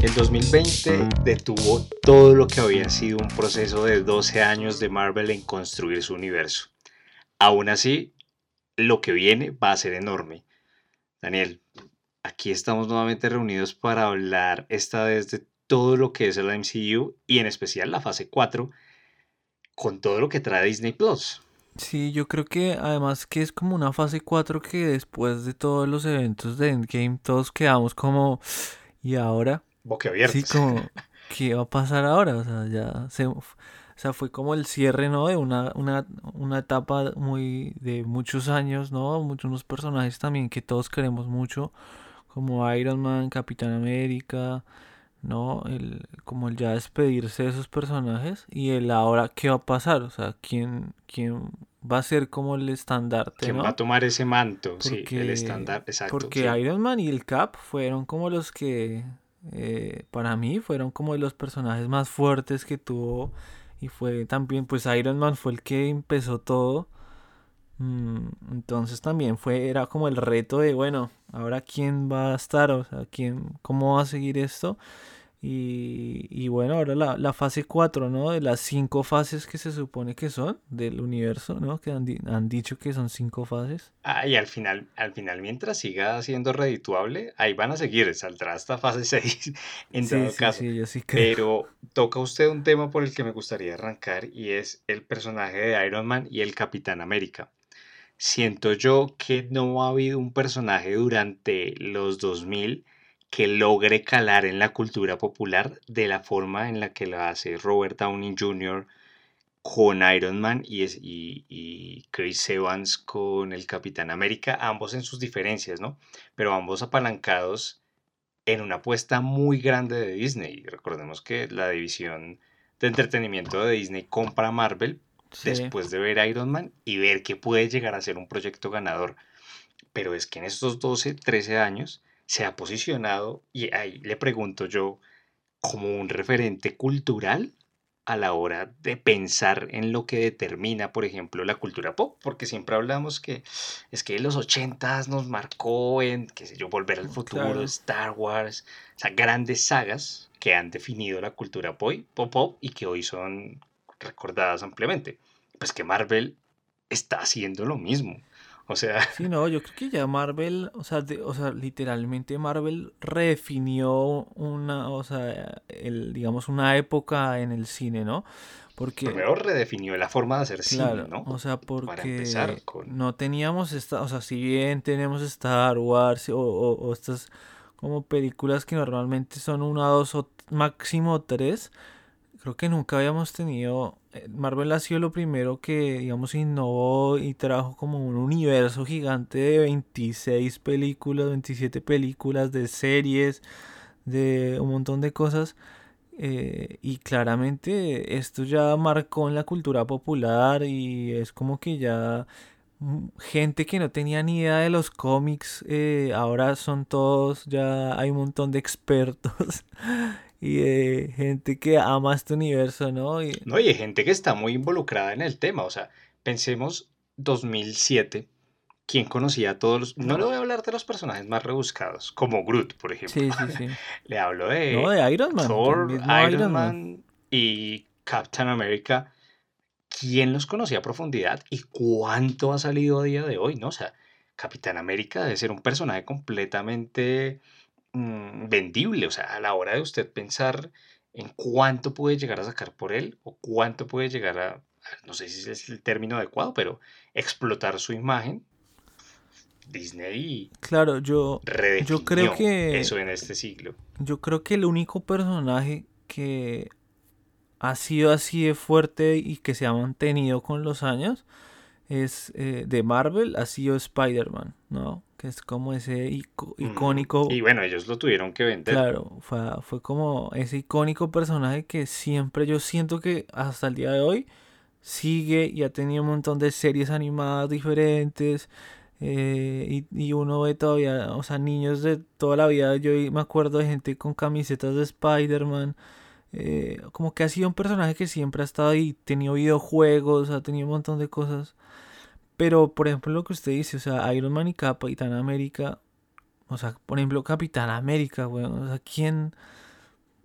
El 2020 detuvo todo lo que había sido un proceso de 12 años de Marvel en construir su universo. Aún así, lo que viene va a ser enorme. Daniel, aquí estamos nuevamente reunidos para hablar esta vez de todo lo que es el MCU y en especial la fase 4 con todo lo que trae Disney Plus. Sí, yo creo que además que es como una fase 4 que después de todos los eventos de Endgame todos quedamos como, ¿y ahora? Sí, Boquiabiertos. como, ¿qué va a pasar ahora? O sea, fue como el cierre, ¿no? De una etapa muy, de muchos años, ¿no? Muchos unos personajes también que todos queremos mucho, como Iron Man, Capitán América, ¿no? Como el ya despedirse de esos personajes y el ahora qué va a pasar, o sea, quién va a ser como el estandarte, ¿Quién va a ¿no? tomar ese manto? Sí, el Porque, estándar, exacto, porque sí. Iron Man y el Cap fueron como los que, para mí, fueron como los personajes más fuertes que tuvo y fue también, pues Iron Man fue el que empezó todo. Entonces también era como el reto de, bueno, ahora quién va a estar, o sea, cómo va a seguir esto. Y bueno, ahora la fase 4, ¿no? De las 5 fases que se supone que son del universo, ¿no? Que han dicho que son 5 fases. Y al final, mientras siga siendo redituable, ahí van a seguir, saldrá hasta fase 6 en Sí, dado sí, caso. sí, yo sí creo. Pero toca usted un tema por el que me gustaría arrancar y es el personaje de Iron Man y el Capitán América. Siento yo que no ha habido un personaje durante los 2000 que logre calar en la cultura popular de la forma en la que lo hace Robert Downey Jr. con Iron Man y Chris Evans con el Capitán América, ambos en sus diferencias, ¿no? Pero ambos apalancados en una apuesta muy grande de Disney. Recordemos que la división de entretenimiento de Disney compra Marvel Sí. después de ver Iron Man y ver que puede llegar a ser un proyecto ganador. Pero es que en estos 12, 13 años se ha posicionado, y ahí le pregunto yo, como un referente cultural a la hora de pensar en lo que determina, por ejemplo, la cultura pop, porque siempre hablamos que es que los ochentas nos marcó en, qué sé yo, Volver al Futuro, Claro. Star Wars, o sea, grandes sagas que han definido la cultura pop y que hoy son recordadas ampliamente. Pues que Marvel está haciendo lo mismo. O sea, Sí, no, yo creo que ya Marvel, o sea, literalmente Marvel redefinió o sea, digamos una época en el cine, ¿no? Porque primero redefinió la forma de hacer cine, claro, ¿no? o sea, Para empezar porque con... no teníamos o sea, si bien tenemos Star Wars o estas como películas que normalmente son una, dos o máximo tres, creo que nunca habíamos tenido, Marvel ha sido lo primero que, digamos, innovó y trajo como un universo gigante de 26 películas, 27 películas, de series, de un montón de cosas y claramente esto ya marcó en la cultura popular y es como que ya gente que no tenía ni idea de los cómics, ahora son todos, ya hay un montón de expertos y de gente que ama este universo, ¿no? No, y hay gente que está muy involucrada en el tema. O sea, pensemos 2007. ¿Quién conocía a todos los... No le voy a hablar de los personajes más rebuscados, como Groot, por ejemplo. Sí, sí, sí. Le hablo No, de de Iron Man, del Thor, mismo Iron Iron Man. Man y Captain America. ¿Quién los conocía a profundidad y cuánto ha salido a día de hoy? ¿No? O sea, Capitán América debe ser un personaje completamente vendible. O sea, a la hora de usted pensar en cuánto puede llegar a sacar por él o cuánto puede llegar no sé si es el término adecuado, pero explotar su imagen, Disney Claro, yo creo redefinió que eso en este siglo. yo creo que el único personaje que ha sido así de fuerte y que se ha mantenido con los años es de Marvel, ha sido Spider-Man, ¿no? Que es como ese Y icónico, bueno, ellos lo tuvieron que vender. claro, fue como ese icónico personaje que siempre yo siento que hasta el día de hoy sigue y ha tenido un montón de series animadas diferentes. Y uno ve todavía, o sea, niños de toda la vida. Yo me acuerdo de gente con camisetas de Spider-Man. Como que ha sido un personaje que siempre ha estado ahí. Tenido videojuegos, ha tenido un montón de cosas. Pero, por ejemplo, lo que usted dice, o sea, Iron Man y Capitán América. O sea, por ejemplo, Capitán América, weón. O sea, ¿quién?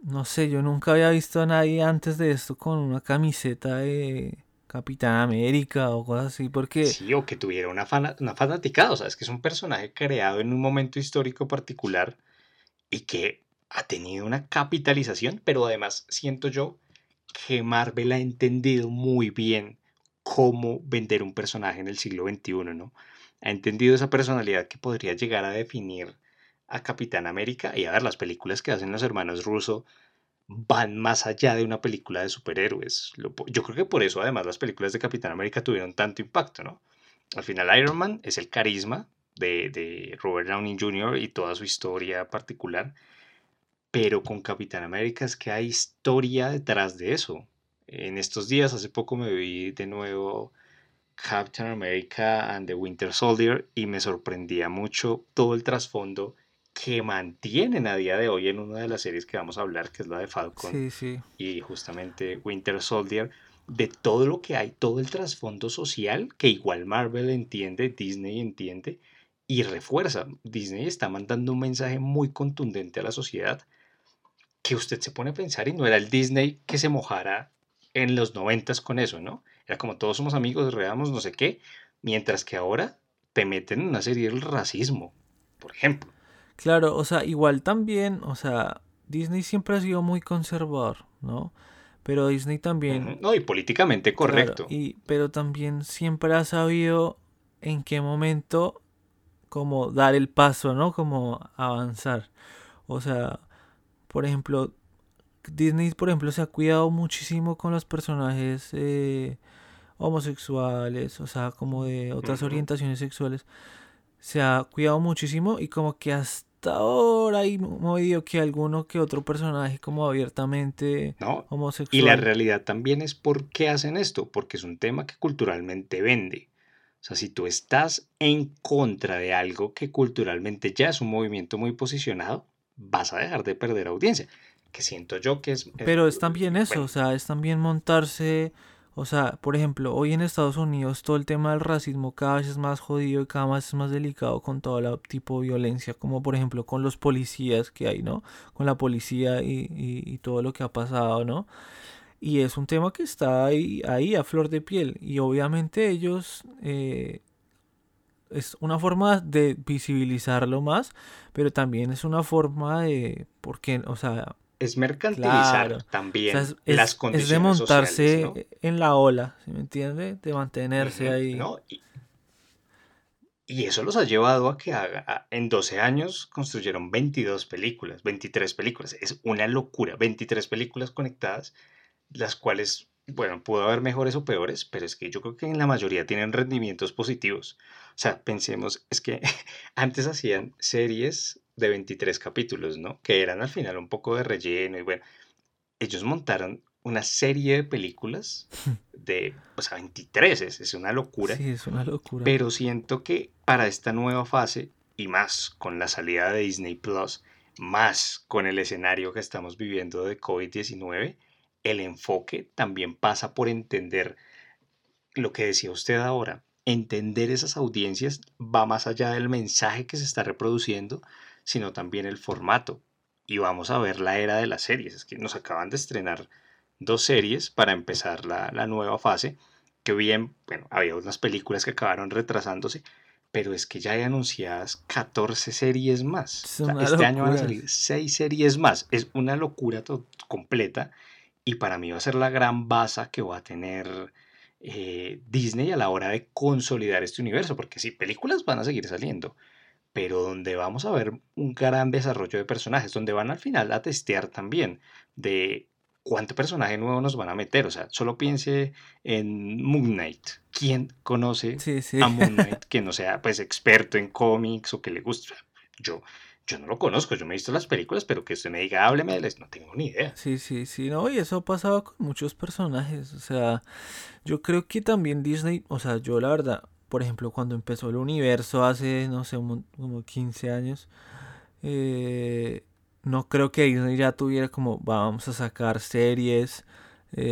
no sé, yo nunca había visto a nadie antes de esto con una camiseta de Capitán América o cosas así, porque Sí, o que tuviera una fanaticada, o sea, es que es un personaje creado en un momento histórico particular y que ha tenido una capitalización, pero además siento yo que Marvel ha entendido muy bien cómo vender un personaje en el siglo XXI, ¿no? Ha entendido esa personalidad que podría llegar a definir a Capitán América y a ver, las películas que hacen los hermanos Russo van más allá de una película de superhéroes. Yo creo que por eso además las películas de Capitán América tuvieron tanto impacto, ¿no? Al final Iron Man es el carisma de Robert Downey Jr. y toda su historia particular, pero con Capitán América es que hay historia detrás de eso. En estos días, hace poco me vi de nuevo Captain America and the Winter Soldier y me sorprendía mucho todo el trasfondo que mantienen a día de hoy en una de las series que vamos a hablar, que es la de Falcon sí, sí. y justamente Winter Soldier, de todo lo que hay, todo el trasfondo social que igual Marvel entiende, Disney entiende y refuerza. Disney está mandando un mensaje muy contundente a la sociedad que usted se pone a pensar y no era el Disney que se mojara en los noventas con eso, ¿no? Era como todos somos amigos, reamos no sé qué, mientras que ahora te meten en una serie del racismo, por ejemplo. Claro, o sea, igual también, o sea, Disney siempre ha sido muy conservador, ¿no? Pero Disney también, Ujú. No, y políticamente claro, correcto. pero también siempre ha sabido en qué momento como dar el paso, ¿no? Como avanzar. O sea, por ejemplo, Disney, por ejemplo, se ha cuidado muchísimo con los personajes homosexuales, o sea, como de otras Ujú. orientaciones sexuales. Se ha cuidado muchísimo y como que hasta ahora hay movido que alguno que otro personaje como abiertamente ¿No? Y la homosexual. realidad también es por qué hacen esto, porque es un tema que culturalmente vende. O sea, si tú estás en contra de algo que culturalmente ya es un movimiento muy posicionado, vas a dejar de perder audiencia. Que siento yo que Pero es también eso, o bueno, sea, es también montarse, o sea, por ejemplo, hoy en Estados Unidos todo el tema del racismo cada vez es más jodido y cada vez es más delicado con todo el tipo de violencia, como por ejemplo con los policías que hay, ¿no? Con la policía y todo lo que ha pasado, ¿no? Y es un tema que está ahí a flor de piel y obviamente ellos es una forma de visibilizarlo más, pero también es una forma de, porque, o sea, es mercantilizar claro. O sea, también las es de condiciones sociales, ¿no? montarse en la ola, ¿sí me entiende? De mantenerse Ujú, ahí. ¿no? Y eso los ha llevado a que en 12 años construyeron 22 películas, 23 películas. Es una locura, 23 películas conectadas, las cuales, bueno, pudo haber mejores o peores, pero es que yo creo que en la mayoría tienen rendimientos positivos. O sea, pensemos, es que antes hacían series de 23 capítulos, ¿no? Que eran al final un poco de relleno y bueno, ellos montaron una serie de películas de, o sea, 23, es una locura, Sí, es una locura. pero siento que para esta nueva fase, y más con la salida de Disney Plus, más con el escenario que estamos viviendo de COVID-19, el enfoque también pasa por entender lo que decía usted ahora. Entender esas audiencias va más allá del mensaje que se está reproduciendo, sino también el formato. Y vamos a ver la era de las series. Es que nos acaban de estrenar dos series para empezar la nueva fase. Que bien, bueno, había unas películas que acabaron retrasándose, pero es que ya hay anunciadas 14 series más. Es O sea, una este año van a locura. salir 6 series más. Es una locura completa y para mí va a ser la gran baza que va a tener Disney a la hora de consolidar este universo, porque sí, películas van a seguir saliendo, pero donde vamos a ver un gran desarrollo de personajes, donde van al final a testear también de cuánto personaje nuevo nos van a meter, o sea, solo piense en Moon Knight. ¿Quién conoce Sí, sí. a Moon Knight que no sea pues experto en cómics o que le guste? Yo, yo no lo conozco, yo me he visto las películas, pero que usted me diga, hábleme de él, no tengo ni idea. Sí, sí, sí, no, y eso ha pasado con muchos personajes, o sea, yo creo que también Disney, o sea, yo la verdad, por ejemplo, cuando empezó el universo hace, no sé, como 15 años, eh, no creo que Disney ya tuviera como, vamos a sacar series,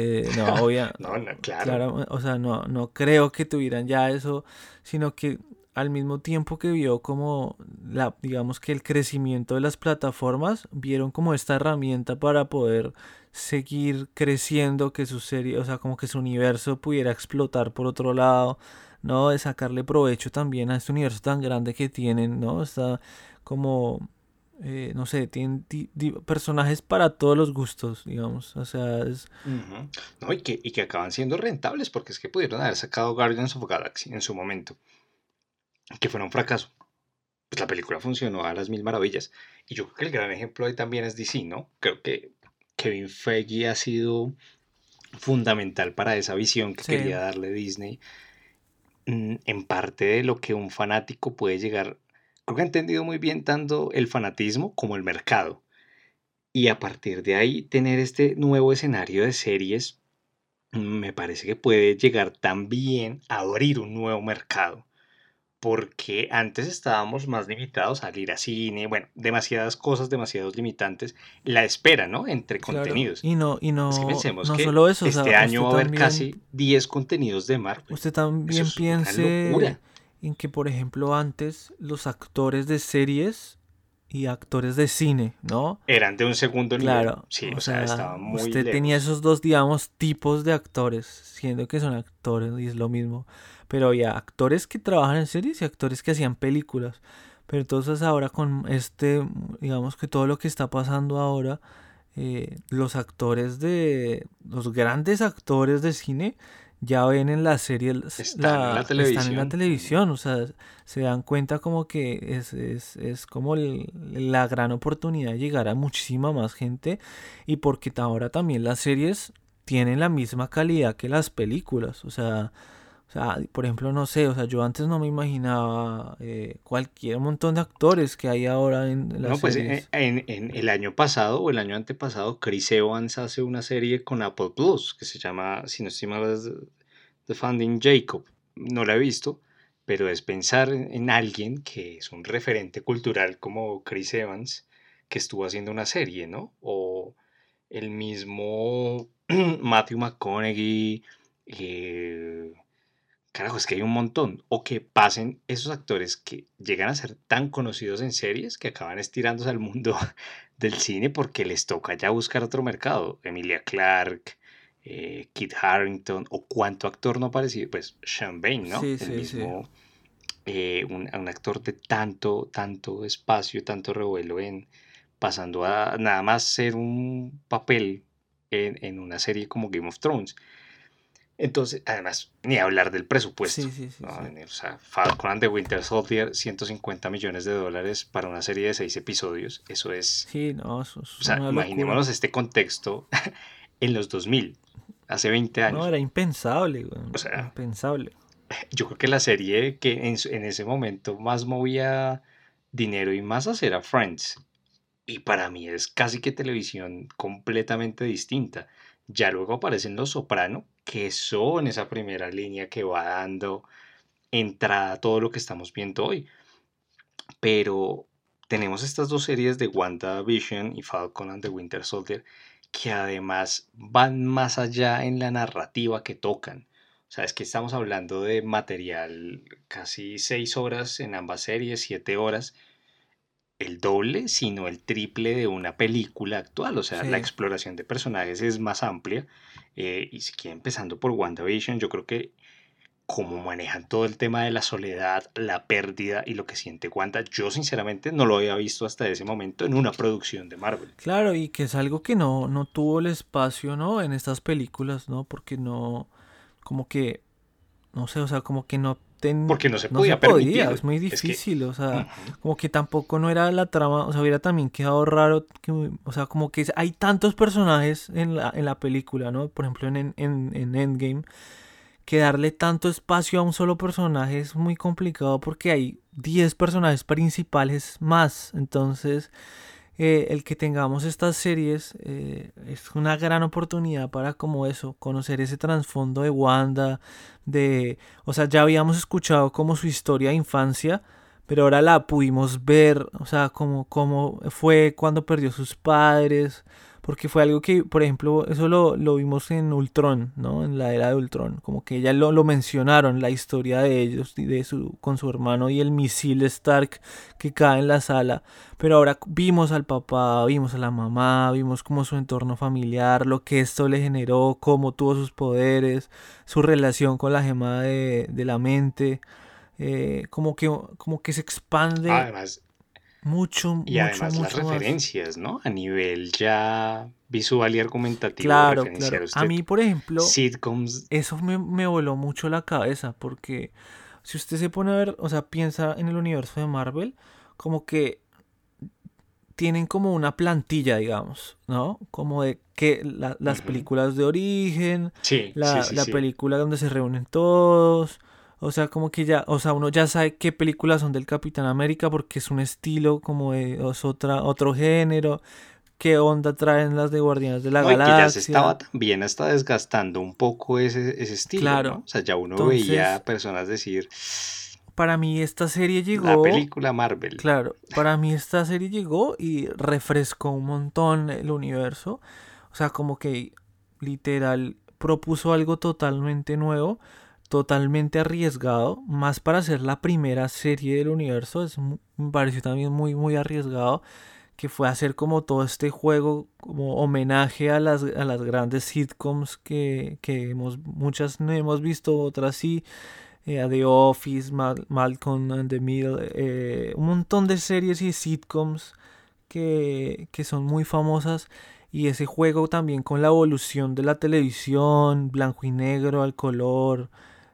no, No, no, claro. claro, o sea, no creo que tuvieran ya eso, sino que al mismo tiempo que vio como digamos que el crecimiento de las plataformas, vieron como esta herramienta para poder seguir creciendo, que su serie, o sea, como que su universo pudiera explotar por otro lado, ¿no? De sacarle provecho también a este universo tan grande que tienen, ¿no? Está como, no sé, tienen personajes para todos los gustos, digamos, o sea, es... Ujú. No, y que acaban siendo rentables, porque es que pudieron haber sacado Guardians of Galaxy en su momento, que fue un fracaso. Pues la película funcionó a las mil maravillas. Y yo creo que el gran ejemplo ahí también es DC, ¿no? Creo que Kevin Feige ha sido fundamental para esa visión que Sí, quería darle Disney, en parte de lo que un fanático puede llegar. Creo que ha entendido muy bien tanto el fanatismo como el mercado. Y a partir de ahí tener este nuevo escenario de series, me parece que puede llegar también a abrir un nuevo mercado. Porque antes estábamos más limitados al ir a cine, bueno, demasiadas cosas, demasiados limitantes, la espera, ¿no? Entre claro. contenidos. Y Es que pensemos no que solo eso, o sea, este año va a haber casi 10 contenidos de Marvel. usted Eso también es una piense locura. en que, por ejemplo, antes los actores de series y actores de cine, ¿no? Eran de un segundo nivel. Claro, Sí, o o sea, sea, estaban muy usted tenía lejos. esos dos, digamos, tipos de actores, siendo que son actores y es lo mismo. Pero había actores que trabajan en series y actores que hacían películas. Pero entonces ahora con digamos que todo lo que está pasando ahora, los actores los grandes actores de cine ya ven en la serie, Están en la están en la televisión. televisión, o sea, se dan cuenta como que es como la gran oportunidad de llegar a muchísima más gente y porque ahora también las series tienen la misma calidad que las películas, o sea, por ejemplo, no sé, o sea, yo antes no me imaginaba cualquier montón de actores que hay ahora en las No, pues series. en el año pasado o el año antepasado, Chris Evans hace una serie con Apple Plus que se llama, si no estoy mal, es The Finding Jacob. No la he visto, pero es pensar en alguien que es un referente cultural como Chris Evans, que estuvo haciendo una serie, ¿no? O el mismo Matthew McConaughey, eh, carajo, es que hay un montón. O que pasen esos actores que llegan a ser tan conocidos en series que acaban estirándose al mundo del cine porque les toca ya buscar otro mercado. Emilia Clarke, Kit Harington, o cuánto actor no parecido, pues Sean Bain, ¿no? Sí, El sí, sí. mismo, un actor de tanto, tanto espacio, tanto revuelo en pasando a nada más ser un papel en una serie como Game of Thrones. Entonces, además, ni hablar del presupuesto, Sí, sí, sí, ¿no? sí. O sea, Falcon and the Winter Soldier, $150 millones para una serie de 6 episodios. Eso es, Sí, no, eso o es sea, una locura. imaginémonos este contexto en los 2000, hace 20 No, años. era impensable, güey, O sea, impensable. yo creo que la serie que en ese momento más movía dinero y masas era Friends. Y para mí es casi que televisión completamente distinta. Ya luego aparecen Los Soprano, que son esa primera línea que va dando entrada a todo lo que estamos viendo hoy. Pero tenemos estas dos series de WandaVision y Falcon and the Winter Soldier que además van más allá en la narrativa que tocan. O sea, es que estamos hablando de material casi 6 horas en ambas series, 7 horas, el doble, sino el triple de una película actual. O sea, la Sí. exploración de personajes es más amplia. Y si quiere, empezando por WandaVision, yo creo que cómo manejan todo el tema de la soledad, la pérdida y lo que siente Wanda, yo sinceramente no lo había visto hasta ese momento en una producción de Marvel. Claro, y que es algo que no tuvo el espacio, ¿no? En estas películas, ¿no? Porque no, como que, no sé, o sea, como que Porque no se no se podía podía, es permitir. muy Es que, difícil, o sea, ujú, como que tampoco no era la trama, o sea, hubiera también quedado raro, o sea, como que hay tantos personajes en la película, ¿no? Por ejemplo, en Endgame, que darle tanto espacio a un solo personaje es muy complicado porque hay 10 personajes principales más. Entonces, el que tengamos estas series es una gran oportunidad para como eso, conocer ese trasfondo de Wanda, o sea, ya habíamos escuchado como su historia de infancia, pero ahora la pudimos ver, o sea, cómo fue cuando perdió sus padres, porque fue algo que, por ejemplo, eso lo vimos en Ultron, ¿no? En la era de Ultron, como que ya lo mencionaron, la historia de ellos, y con su hermano y el misil Stark que cae en la sala, pero ahora vimos al papá, vimos a la mamá, vimos como su entorno familiar, lo que esto le generó, cómo tuvo sus poderes, su relación con la gema de la mente, como que se expande Además, mucho, y mucho, además las mucho más. referencias, ¿no? A nivel ya visual y argumentativo, Claro, referenciar claro. A usted mí, por ejemplo, sitcoms. eso me voló mucho la cabeza porque si usted se pone a ver, o sea, piensa en el universo de Marvel, como que tienen como una plantilla, digamos, ¿no? Como de que las Ujú. películas de origen, Sí, sí, la, sí, la sí. película donde se reúnen todos, o sea, como que ya, o sea, uno ya sabe qué películas son del Capitán América porque es un estilo como de, es otro género, qué onda traen las de Guardianes de la No, y que ya se estaba Galaxia, también hasta desgastando un poco ese estilo, ¿no? claro. O sea, ya uno Entonces, veía personas decir, para mí esta serie la llegó, película Marvel. claro, para mí esta serie llegó y refrescó un montón el universo. O sea, como que literal propuso algo totalmente nuevo, totalmente arriesgado, más para ser la primera serie del universo. Me pareció también muy, muy arriesgado, que fue hacer como todo este juego, como homenaje a las grandes sitcoms que muchas no hemos visto, otras sí, a The Office, Malcolm and the Middle, un montón de series y sitcoms que son muy famosas. Y ese juego también con la evolución de la televisión, blanco y negro al color,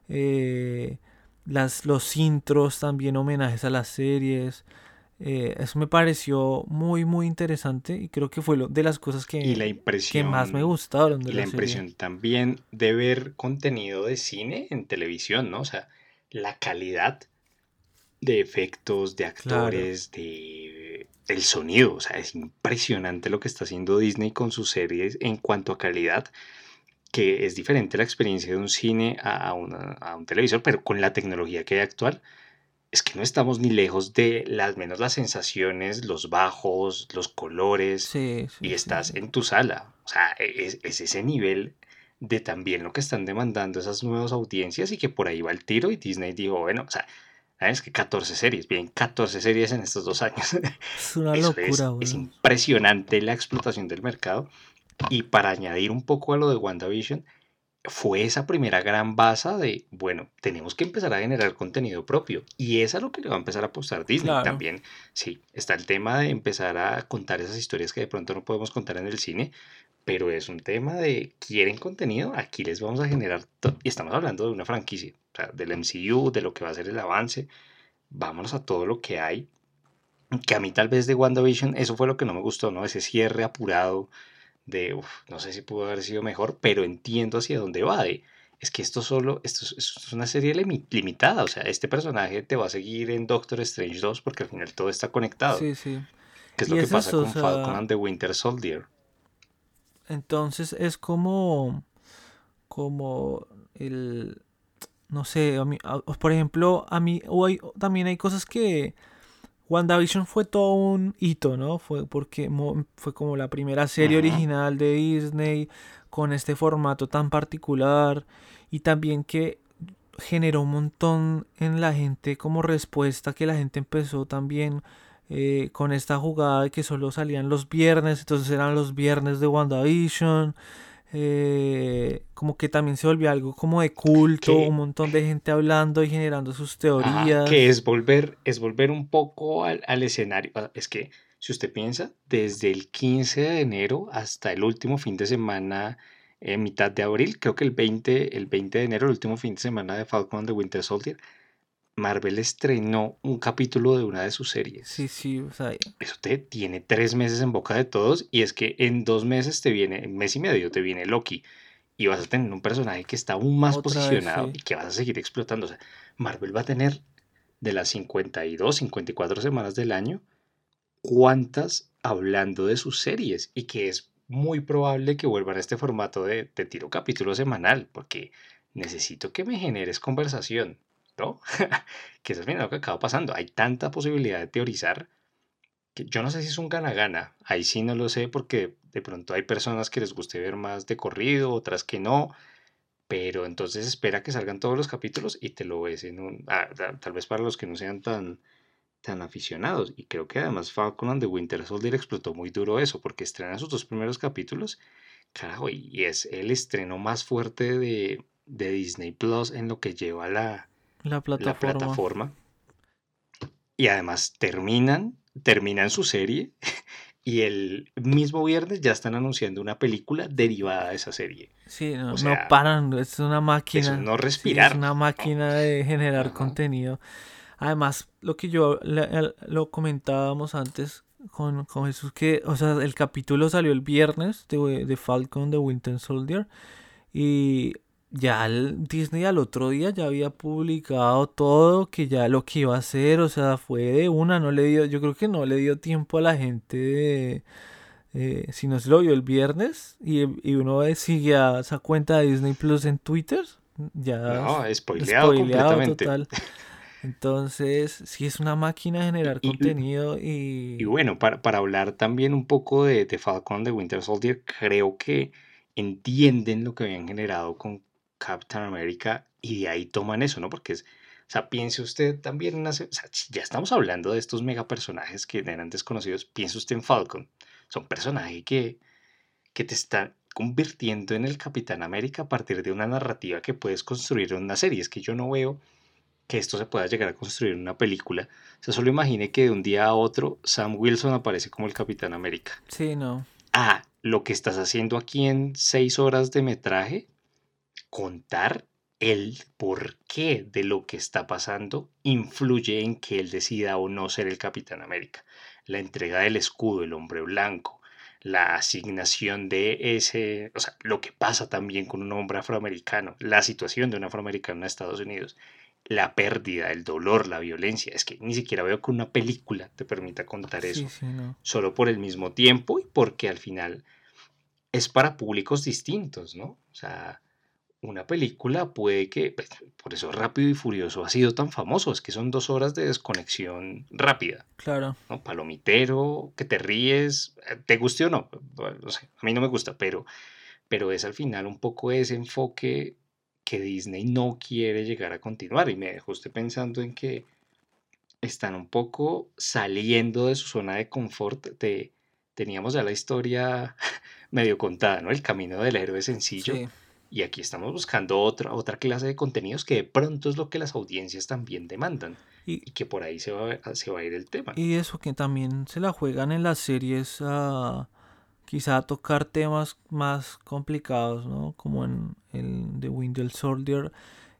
eh, los intros también homenajes a las series. Eso me pareció muy, muy interesante y creo que fue de las cosas Y la que más me impresión, gustaron de y la la serie. impresión también de ver contenido de cine en televisión, ¿no? O sea, la calidad de efectos, de Claro, actores, de el sonido. O sea, es impresionante lo que está haciendo Disney con sus series en cuanto a calidad, que es diferente la experiencia de un cine a un televisor, pero con la tecnología que hay actual, es que no estamos ni lejos de las menos las sensaciones, los bajos, los colores, sí, y sí, sí, estás sí. en tu sala. O sea, es ese nivel de también lo que están demandando esas nuevas audiencias y que por ahí va el tiro y Disney dijo, bueno, o sea, ¿sabes que 14 series? Bien, 14 series en estos 2 años. Es una Eso locura, es weón. impresionante la explotación del mercado. Y para añadir un poco a lo de WandaVision, fue esa primera gran base de, bueno, tenemos que empezar a generar contenido propio. Y es a lo que le va a empezar a apostar Disney. Claro. También, sí, está el tema de empezar a contar esas historias que de pronto no podemos contar en el cine, pero es un tema de, ¿quieren contenido? Aquí les vamos a generar, y estamos hablando de una franquicia, o sea, del MCU, de lo que va a ser el avance. Vámonos a todo lo que hay. Que a mí tal vez de WandaVision, eso fue lo que no me gustó, ¿no? Ese cierre apurado de, uf, no sé si pudo haber sido mejor, pero entiendo hacia dónde va. Es que esto es una serie limitada, o sea, este personaje te va a seguir en Doctor Strange 2 porque al final todo está conectado, Sí, sí. que es lo Y que es pasa eso, o con Falcon sea, and the Winter Soldier. entonces es como el, no sé, por ejemplo, a mí también hay cosas que WandaVision fue todo un hito, ¿no? Fue porque fue como la primera serie Ujú. original de Disney con este formato tan particular y también que generó un montón en la gente como respuesta, que la gente empezó también con esta jugada de que solo salían los viernes, entonces eran los viernes de WandaVision, como que también se volvió algo como de culto, un Que, montón de gente hablando y generando sus que teorías. es volver un poco al escenario. Es que, si usted piensa, desde el 15 de enero hasta el último fin de semana, mitad de abril, creo que el veinte de enero, el último fin de semana de Falcon and the Winter Soldier, Marvel estrenó un capítulo de una de sus Sí, series. sí, o sea, Eso te tiene 3 meses en boca de todos y es que en 2 meses te viene, en mes y medio te viene Loki y vas a tener un personaje que está aún más otra vez, posicionado sí. y que vas a seguir explotando. O sea, Marvel va a tener de las 52, 54 semanas del año, ¿cuántas hablando de sus series? Y que es muy probable que vuelvan a este formato de tiro capítulo semanal porque necesito que me generes conversación. ¿no? Que eso es al final lo que acaba pasando. Hay tanta posibilidad de teorizar que yo no sé si es un gana-gana. Ahí sí no lo sé porque de pronto hay personas que les guste ver más de corrido, otras que no. Pero entonces espera que salgan todos los capítulos y te lo ves en un... tal vez para los que no sean tan aficionados. Y creo que además Falcon and the Winter Soldier explotó muy duro eso, porque estrena sus dos primeros capítulos, carajo, y es el estreno más fuerte de Disney Plus en lo que lleva La la plataforma. plataforma. Y además terminan su serie y el mismo viernes ya están anunciando una película derivada de esa serie. Sí, no, O no sea, paran, es una eso es máquina. no Sí, es respirar, una ¿no? máquina de generar Ajá. contenido. Además, lo que yo lo comentábamos antes con Jesús, que, o sea, el capítulo salió el viernes de Falcon de Winter Soldier y ya Disney al otro día ya había publicado todo, que ya lo que iba a hacer, o sea, fue de una, no le dio, yo creo que no le dio tiempo a la gente si no se lo vio el viernes y uno sigue a esa cuenta de Disney Plus en Twitter, ya No, spoileado spoileado completamente. total. Entonces, sí es una máquina de Y, generar y- contenido y y bueno, para hablar también un poco de Falcon de Winter Soldier, creo que entienden lo que habían generado con Captain America y de ahí toman eso, ¿no? Porque es, o sea, piense usted también en o sea, si ya estamos hablando de estos mega personajes que eran desconocidos, piense usted en Falcon. Son personajes que te están convirtiendo en el Capitán América a partir de una narrativa que puedes construir en una serie. Es que yo no veo que esto se pueda llegar a construir en una película. O sea, solo imagine que de un día a otro Sam Wilson aparece como el Capitán América. sí, no, Lo que estás haciendo aquí en 6 horas de metraje, contar el porqué de lo que está pasando influye en que él decida o no ser el Capitán América. La entrega del escudo, el hombre blanco, la asignación de ese, o sea, lo que pasa también con un hombre afroamericano, la situación de un afroamericano en Estados Unidos, la pérdida, el dolor, la violencia. Es que ni siquiera veo que una película te permita contar sí, eso, sí, no. solo por el mismo tiempo y porque al final es para públicos distintos, ¿no? O sea, una película puede que, pues, por eso Rápido y Furioso ha sido tan famoso, es que son 2 horas de desconexión rápida, Claro. ¿no? Palomitero, que te ríes, te guste o no, bueno, no sé, a mí no me gusta, pero es al final un poco ese enfoque que Disney no quiere llegar a continuar y me dejó usted pensando en que están un poco saliendo de su zona de confort. Teníamos ya la historia medio contada, ¿no? El camino del héroe sencillo. Sí. Y aquí estamos buscando otra clase de contenidos que de pronto es lo que las audiencias también demandan. Y, Y que por ahí se va a ir el tema. y eso que también se la juegan en las series a quizá tocar temas más complicados, ¿no? Como en el de Winter Soldier.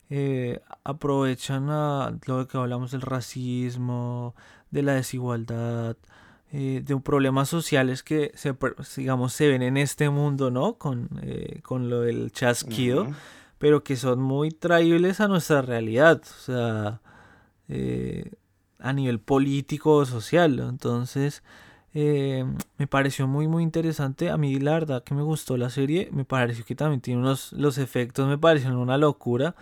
Aprovechan lo que hablamos del racismo, de la desigualdad, de problemas sociales que digamos se ven en este mundo, ¿no? Con lo del chasquido, Ujú. pero que son muy traíbles a nuestra realidad, o sea, eh, a nivel político o social, ¿no? Entonces, me pareció muy muy interesante. A mí la verdad que me gustó la serie, me pareció que también tiene los efectos, me parecieron una locura.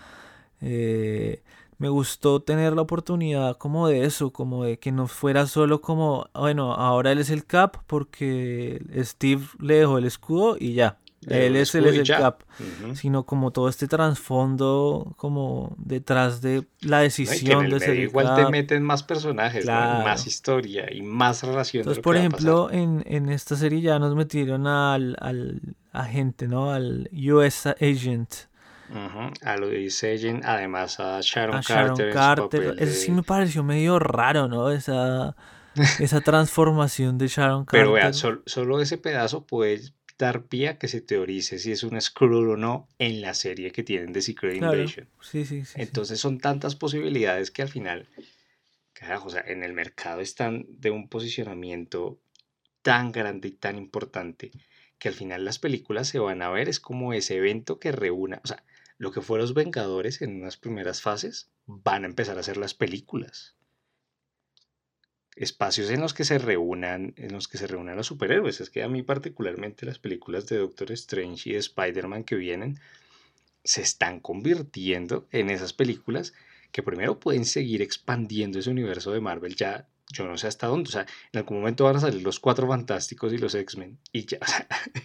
Me gustó tener la oportunidad como de eso, como de que no fuera solo como, bueno, ahora él es el Cap porque Steve le dejó el escudo y ya, Le dejo el él escudo es y el ya. Cap, Ujú. sino como todo este trasfondo como detrás de la ¿No? Y que en decisión el de ser medio el igual te Cap, meten más personajes, ¿no? Y más claro. historia y más relación de Entonces, lo que por va a pasar. ejemplo, en esta serie ya nos metieron al agente, ¿no? Al US Agent. Ujú. A Louis Agent, además a A Sharon Sharon Carter en su Carter. papel Eso sí de... me pareció medio raro, ¿no? Esa transformación de Sharon Pero vea, Carter. solo ese pedazo puede dar pie a que se teorice si es un Skrull o no en la serie que tienen de Secret Claro, Invasion. sí, sí, sí, sí. Entonces son tantas posibilidades que al final, carajo, o sea, en el mercado están de un posicionamiento tan grande y tan importante que al final las películas se van a ver, es como ese evento que reúna, o sea, lo que fueron los Vengadores en unas primeras fases, van a empezar a hacer las películas. Espacios en los que se reúnan los superhéroes. Es que a mí particularmente las películas de Doctor Strange y de Spider-Man que vienen se están convirtiendo en esas películas que primero pueden seguir expandiendo ese universo de Marvel ya, yo no sé hasta dónde, o sea, en algún momento van a salir los Cuatro Fantásticos y los X-Men y ya, o sea,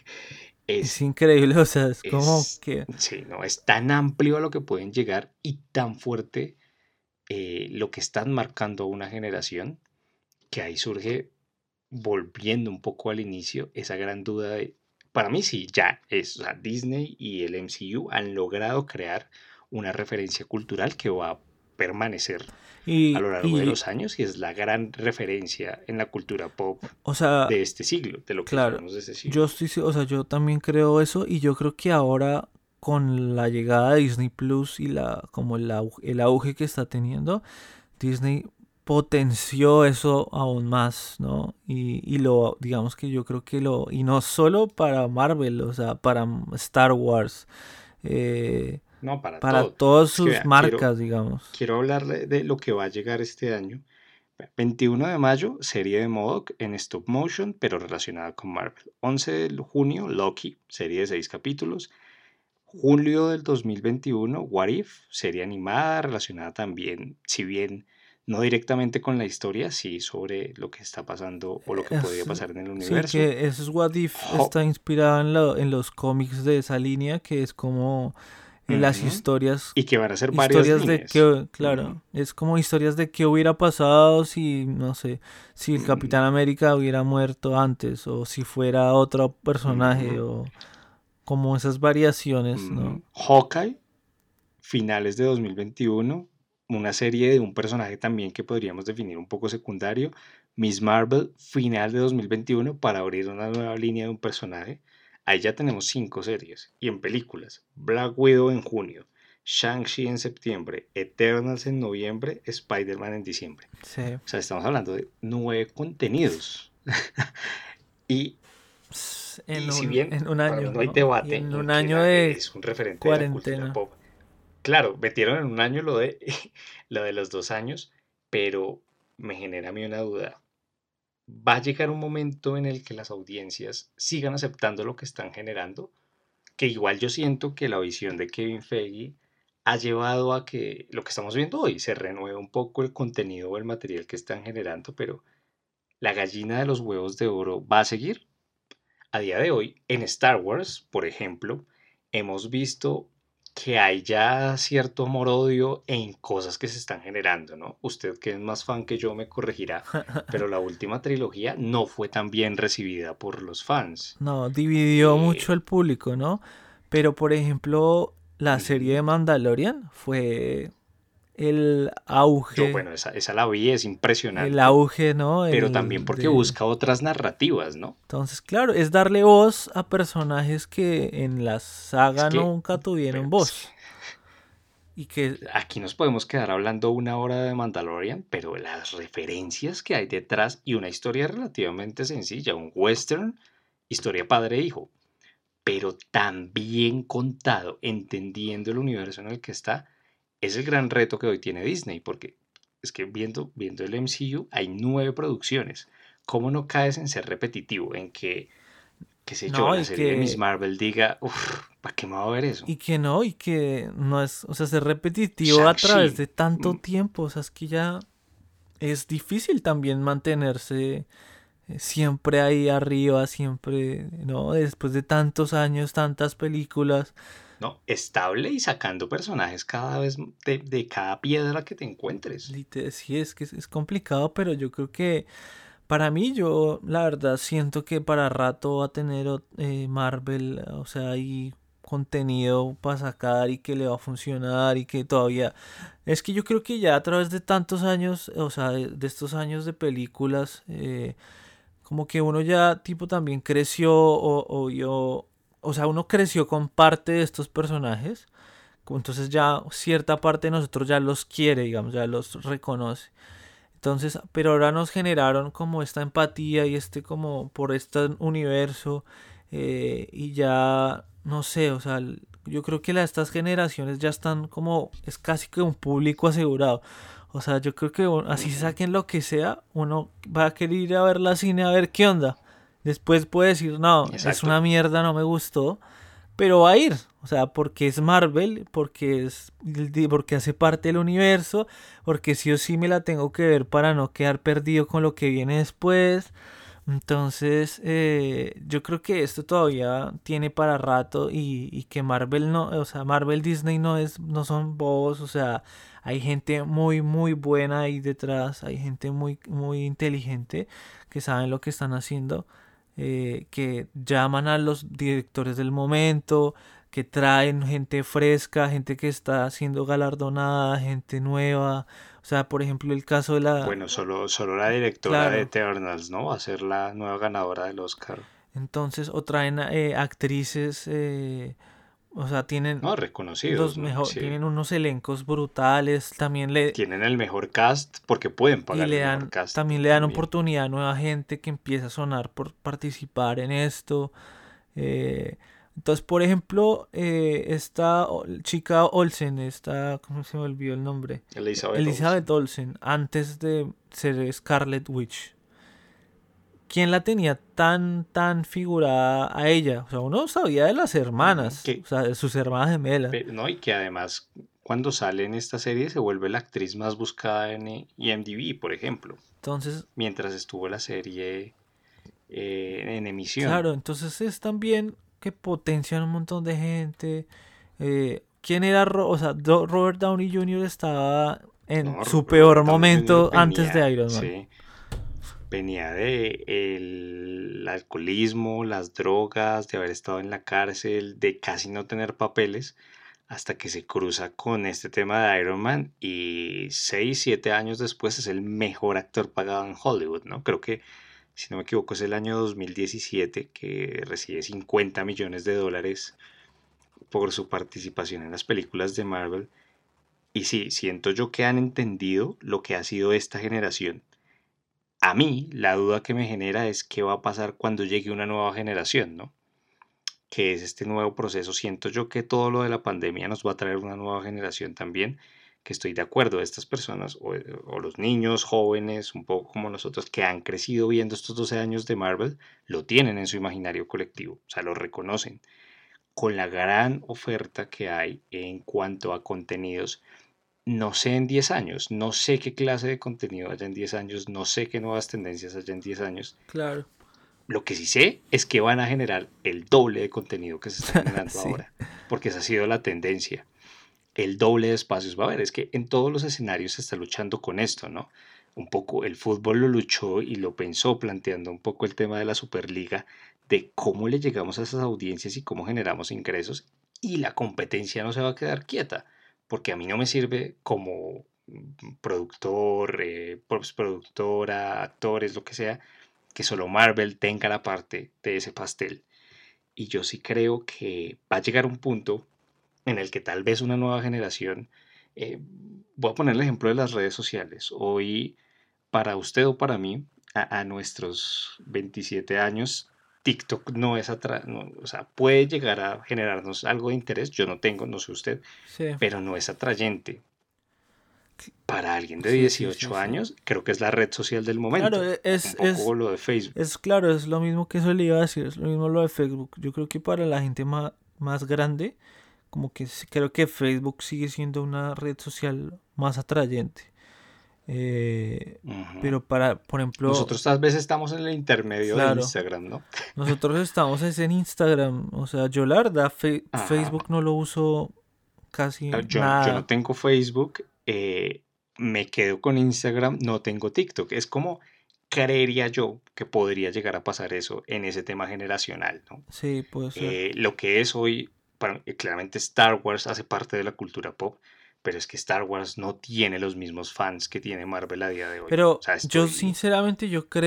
Es es, increíble, o sea, es como es, que... sí, no, es tan amplio a lo que pueden llegar y tan fuerte lo que están marcando a una generación que ahí surge, volviendo un poco al inicio, esa gran duda de, para mí sí, ya es, o sea, Disney y el MCU han logrado crear una referencia cultural que va a permanecer a Y, lo largo de y, los años y es la gran referencia en la cultura pop o sea, de este siglo, de lo que claro, llevamos de este yo siglo. estoy, o sea, yo también creo eso y yo creo que ahora con la llegada de Disney Plus y como el auge que está teniendo, Disney potenció eso aún más, ¿no? Digamos que yo creo que y no solo para Marvel, o sea, para Star Wars, eh, No, para para todo. todas Es que sus vea, marcas, digamos. quiero hablarle de lo que va a llegar este año. 21 de mayo, serie de MODOK en stop motion, pero relacionada con Marvel. 11 de junio, Loki, serie de 6 capítulos. Julio del 2021, What If, serie animada relacionada también, si bien no directamente con la historia, sí sobre lo que está pasando o lo que podría Es- pasar en el sí, universo. que eso es What If Ho- está inspirado en los cómics de esa línea, que es como las Ujú. Y que van a ser varias historias de líneas. que, Ujú, claro, es como historias de qué hubiera pasado si, no sé, si el ujú, Capitán América hubiera muerto antes, o si fuera otro personaje, ujú, o como esas variaciones, ¿no? Hawkeye, finales de 2021, una serie de un personaje también que podríamos definir un poco secundario. Miss Marvel, final de 2021, para abrir una nueva línea de un personaje. Ahí ya tenemos 5 series. Y en películas, Black Widow en junio, Shang-Chi en septiembre, Eternals en noviembre, Spider-Man en diciembre. Sí. O sea, estamos hablando de 9 contenidos. y, y si bien En un para mí año, no hay ¿no? Y debate en en un que año de es un referente de la cultura cuarentena. pop, claro, metieron en un año lo de, lo de los 2 años, pero me genera a mí una duda. ¿Va a llegar un momento en el que las audiencias sigan aceptando lo que están generando? Que igual yo siento que la visión de Kevin Feige ha llevado a que lo que estamos viendo hoy se renueve un poco el contenido o el material que están generando, pero la gallina de los huevos de oro va a seguir. A día de hoy, en Star Wars, por ejemplo, hemos visto que hay ya cierto amor-odio en cosas que se están generando, ¿no? Usted que es más fan que yo me corregirá, pero la última trilogía no fue tan bien recibida por los fans. No, dividió mucho Eh, el público, ¿no? Pero por ejemplo, la serie ujú. de Mandalorian fue el Yo, auge, bueno, esa la vi, es impresionante, ¿no? pero también porque busca otras narrativas, ¿no? Entonces, claro, es darle voz a personajes que en la Es saga que, nunca tuvieron pero es que voz. Y que, aquí nos podemos quedar hablando una hora de Mandalorian, pero las referencias que hay detrás y una historia relativamente sencilla, un western, historia padre-hijo, pero tan bien contado, entendiendo el universo en el que está, es el gran reto que hoy tiene Disney, porque es que viendo el MCU hay 9 producciones. ¿Cómo no caes en ser repetitivo? En que, qué sé yo, no, la serie de Miss Marvel diga, uff, ¿para qué me va a ver eso? y que no es, o sea, ser repetitivo a Shang-Chi, través de tanto mm, tiempo, o sea, es que ya es difícil también mantenerse siempre ahí arriba, siempre, ¿no? Después de tantos años, tantas películas. ¿no? Estable y sacando personajes cada vez de cada piedra que te encuentres. Sí, es que es complicado, pero yo creo que para mí, yo la verdad siento que para rato va a tener Marvel, o sea, hay contenido para sacar y que le va a funcionar y que todavía... Es que yo creo que ya a través de tantos años, o sea, de estos años de películas, como que uno ya tipo también creció o vio... O sea, uno creció con parte de estos personajes, entonces ya cierta parte de nosotros ya los quiere, digamos, ya los reconoce. Entonces, pero ahora nos generaron como esta empatía y como por este universo y ya, no sé, o sea, yo creo que estas generaciones ya están como, es casi que un público asegurado. O sea, yo creo que así Ujú. saquen lo que sea, uno va a querer ir a ver la cine a ver qué onda. Después puede decir, no, es una Exacto. mierda, no me gustó, pero va a ir, o sea, porque es Marvel, porque hace parte del universo, porque sí o sí me la tengo que ver para no quedar perdido con lo que viene después. Entonces, yo creo que esto todavía tiene para rato y que Marvel no, o sea, Marvel Disney no son bobos, o sea, hay gente muy, muy buena ahí detrás, hay gente muy, muy inteligente que saben lo que están haciendo, que llaman a los directores del momento, que traen gente fresca, gente que está siendo galardonada, gente nueva. O sea, por ejemplo, el caso de la... Bueno, solo la directora de Claro, Eternals, ¿no? Va a ser la nueva ganadora del Oscar. entonces, o traen actrices, o sea, tienen No, reconocidos, ¿no? Sí. tienen unos elencos brutales, Tienen el mejor cast porque pueden y pagar el mejor cast también le dan también. oportunidad a nueva gente que empieza a sonar por participar en esto. eh, entonces, por ejemplo, esta chica Olsen, esta, ¿cómo se me olvidó el nombre? Elizabeth Elizabeth Olsen. Olsen, antes de ser Scarlet Witch. ¿Quién la tenía tan figurada a ella? O sea, uno sabía de las Ujú, hermanas, o sea, de sus hermanas gemelas. no, y que además cuando sale en esta serie se vuelve la actriz más buscada en IMDb, por ejemplo, Entonces, mientras estuvo la serie en emisión. claro, entonces es también que potencian un montón de gente. ¿Quién era? O sea, Robert Downey Jr. estaba en No, su peor Robert Downey Jr. momento antes de Iron Man. sí, venía de el alcoholismo, las drogas, de haber estado en la cárcel, de casi no tener papeles, hasta que se cruza con este tema de Iron Man y 6, 7 años después es el mejor actor pagado en Hollywood, ¿no? Creo que, si no me equivoco, es el año 2017 que recibe 50 millones de dólares por su participación en las películas de Marvel. Y sí, siento yo que han entendido lo que ha sido esta generación. A mí, la duda que me genera es qué va a pasar cuando llegue una nueva generación, ¿no? Que es este nuevo proceso. Siento yo que todo lo de la pandemia nos va a traer una nueva generación también, que estoy de acuerdo, estas personas o los niños jóvenes, un poco como nosotros, que han crecido viendo estos 12 años de Marvel, lo tienen en su imaginario colectivo, o sea, lo reconocen. Con la gran oferta que hay en cuanto a contenidos, no sé en 10 años, no sé qué clase de contenido haya en 10 años, no sé qué nuevas tendencias haya en 10 años. Claro. Lo que sí sé es que van a generar el doble de contenido que se está generando Sí, ahora, porque esa ha sido la tendencia. El doble de espacios va a haber. Es que en todos los escenarios se está luchando con esto, ¿no? Un poco el fútbol lo luchó y lo pensó planteando un poco el tema de la Superliga, de cómo le llegamos a esas audiencias y cómo generamos ingresos. Y la competencia no se va a quedar quieta, porque a mí no me sirve como productor, postproductora, actores, lo que sea, que solo Marvel tenga la parte de ese pastel. Y yo sí creo que va a llegar un punto en el que tal vez una nueva generación, eh, voy a poner el ejemplo de las redes sociales. Hoy, para usted o para mí, a nuestros 27 años, TikTok no es no, o sea, puede llegar a generarnos algo de interés. Yo no tengo, no sé usted, sí, pero no es atrayente. Para alguien de sí, sí, sí, 18 sí. añes, creo que es la red social del Claro, momento. Un poco lo de Facebook. es claro, es lo mismo que eso le iba a decir, es lo mismo lo de Facebook. Yo creo que para la gente más grande, como que creo que Facebook sigue siendo una red social más atrayente. Ujú. Pero para, por ejemplo, Nosotros tal vez estamos en el intermedio de claro, Instagram, ¿no? nosotros estamos es en Instagram, o sea, yo la verdad Ajá. Facebook no lo uso casi Yo no nada. tengo Facebook, me quedo con Instagram, no tengo TikTok. Es como creería yo que podría llegar a pasar eso en ese tema generacional, ¿no? Sí, puede ser. Lo que es hoy, claramente Star Wars hace parte de la cultura pop, pero es que Star Wars no tiene los mismos fans que tiene Marvel a día de hoy. O Pero sea, yo estoy... sinceramente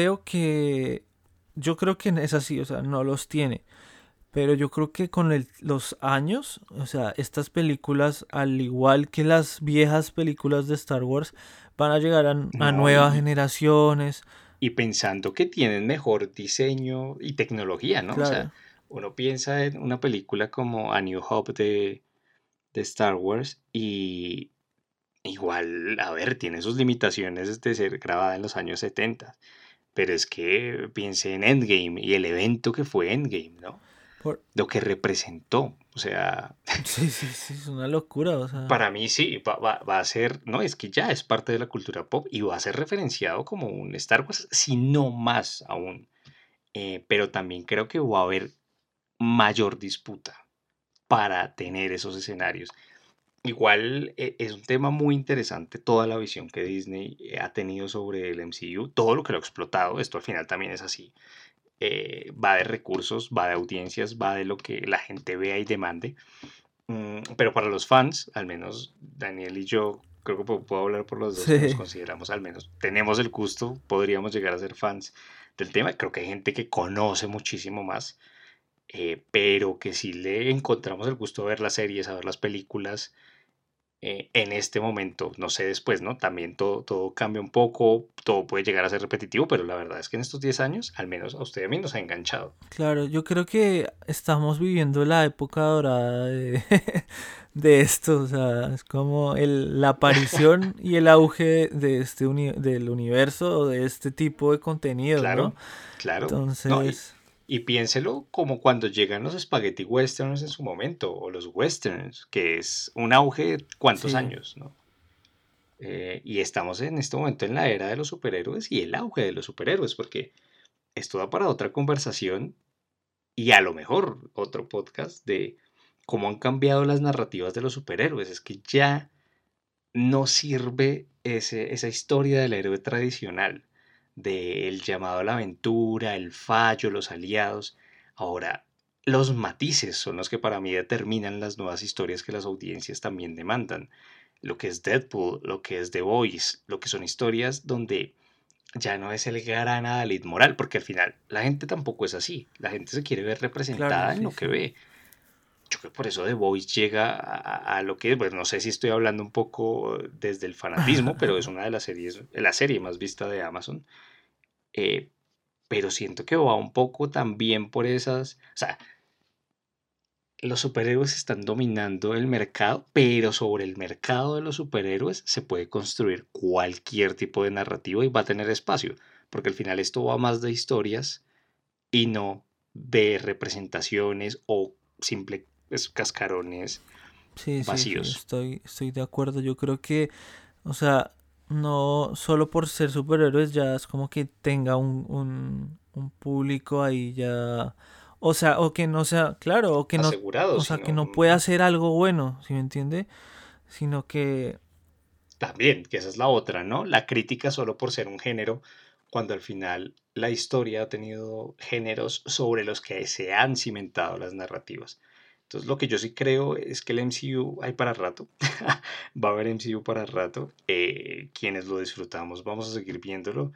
yo creo que es así, o sea, no los tiene. Pero yo creo que con los años, o sea, estas películas, al igual que las viejas películas de Star Wars, van a llegar a No, nuevas generaciones. y pensando que tienen mejor diseño y tecnología, ¿no? O sea, Claro, uno piensa en una película como A New Hope de Star Wars y igual, a ver, tiene sus limitaciones de ser grabada en los años 70, pero es que piense en Endgame y el evento que fue Endgame, ¿no? Por- lo que representó. O sea, Sí, sí, sí, es una locura, o sea, para mí sí, va a ser, no, es que ya es parte de la cultura pop y va a ser referenciado como un Star Wars, si no más aún. Pero también creo que va a haber mayor disputa para tener esos escenarios. Igual es un tema muy interesante toda la visión que Disney ha tenido sobre el MCU, todo lo que lo ha explotado, esto al final también es así. Va de recursos, va de audiencias, va de lo que la gente vea y demande. Pero para los fans, al menos Daniel y yo, creo que puedo hablar por los dos que nos sí, consideramos, al menos tenemos el gusto, podríamos llegar a ser fans del tema. Creo que hay gente que conoce muchísimo más, pero que sí le encontramos el gusto a ver las series, a ver las películas en este momento, no sé después, ¿no? También todo cambia un poco, todo puede llegar a ser repetitivo, pero la verdad es que en estos 10 años, al menos a usted y a mí nos ha enganchado. claro, yo creo que estamos viviendo la época dorada de, de esto, o sea, es como la aparición y el auge de del universo o de este tipo de contenidos, ¿no? Claro, claro. No, Entonces, y piénselo como cuando llegan los spaghetti westerns en su momento, o los westerns, que es un auge de cuántos sí, años, ¿no? Y estamos en este momento en la era de los superhéroes y el auge de los superhéroes, porque esto da para otra conversación y a lo mejor otro podcast de cómo han cambiado las narrativas de los superhéroes. Es que ya no sirve esa historia del héroe tradicional, del llamado a la aventura, el fallo, los aliados. Ahora, los matices son los que para mí determinan las nuevas historias que las audiencias también demandan. Lo que es Deadpool, lo que es The Voice, lo que son historias donde ya no es el gran adalid moral, porque al final la gente tampoco es así. La gente se quiere ver claro, representada en sí, lo que sí. ve. Yo creo que por eso The Voice llega a lo que es, pues no sé si estoy hablando un poco desde el fanatismo, pero es una de las series, la serie más vista de Amazon. Eh, pero siento que va un poco también por esas, o sea, los superhéroes están dominando el mercado, pero sobre el mercado de los superhéroes se puede construir cualquier tipo de narrativa y va a tener espacio, porque al final esto va más de historias y no de representaciones o simples cascarones Sí, sí, sí, vacíos. estoy de acuerdo. Yo creo que, o sea, no solo por ser superhéroes ya es como que tenga un público ahí ya, o sea, o que no sea, claro, o que no, Asegurado, o sea, que sino no pueda hacer algo bueno, ¿sí me entiende? Sino que, también, que esa es la otra, ¿no? La crítica solo por ser un género, cuando al final la historia ha tenido géneros sobre los que se han cimentado las narrativas. Entonces, lo que yo sí creo es que el MCU hay para rato, va a haber MCU para rato, quienes lo disfrutamos vamos a seguir viéndolo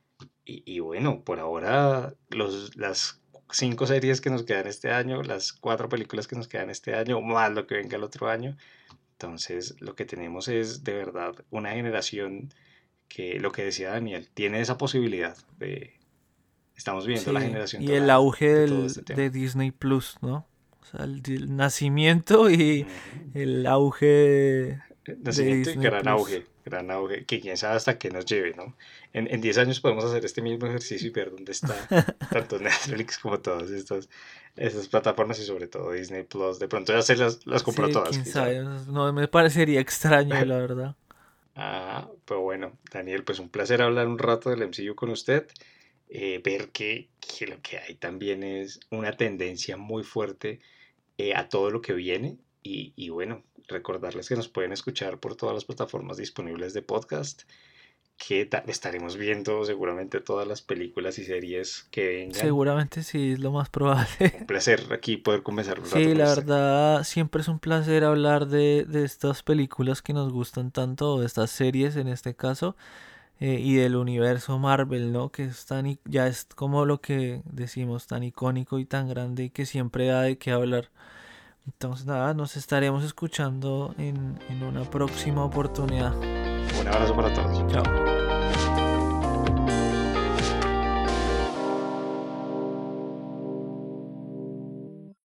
y bueno, por ahora las 5 series que nos quedan este año, las 4 películas que nos quedan este año, más lo que venga el otro año, entonces, lo que tenemos es de verdad una generación que, lo que decía Daniel, tiene esa posibilidad de, estamos viendo la sí, generación y el dorada auge de todo este de tema. Disney Plus, ¿no? O sea, el nacimiento y Ujú. el auge de Nacimiento y Disney Plus. gran auge, que quién sabe hasta qué nos lleve, ¿no? En 10 años podemos hacer este mismo ejercicio y ver dónde está tanto Netflix como todas estas plataformas y sobre todo Disney Plus. De pronto ya se las compró Sí, todas, quién quién sabe. sabe, no me parecería extraño, la verdad. Ah, pero bueno, Daniel, pues un placer hablar un rato del MCU con usted. Ver que lo que hay también es una tendencia muy fuerte a todo lo que viene. Y bueno, recordarles que nos pueden escuchar por todas las plataformas disponibles de podcast, que estaremos viendo seguramente todas las películas y series que vengan. Seguramente sí, es lo más probable. Un placer aquí poder conversar un rato Sí, con la usted. verdad, siempre es un placer hablar de estas películas que nos gustan tanto, o de estas series en este caso, y del universo Marvel, ¿no? Que es ya es como lo que decimos, tan icónico y tan grande y que siempre da de qué hablar. Entonces, nada, nos estaremos escuchando en una próxima oportunidad. Un abrazo para todos. Chao.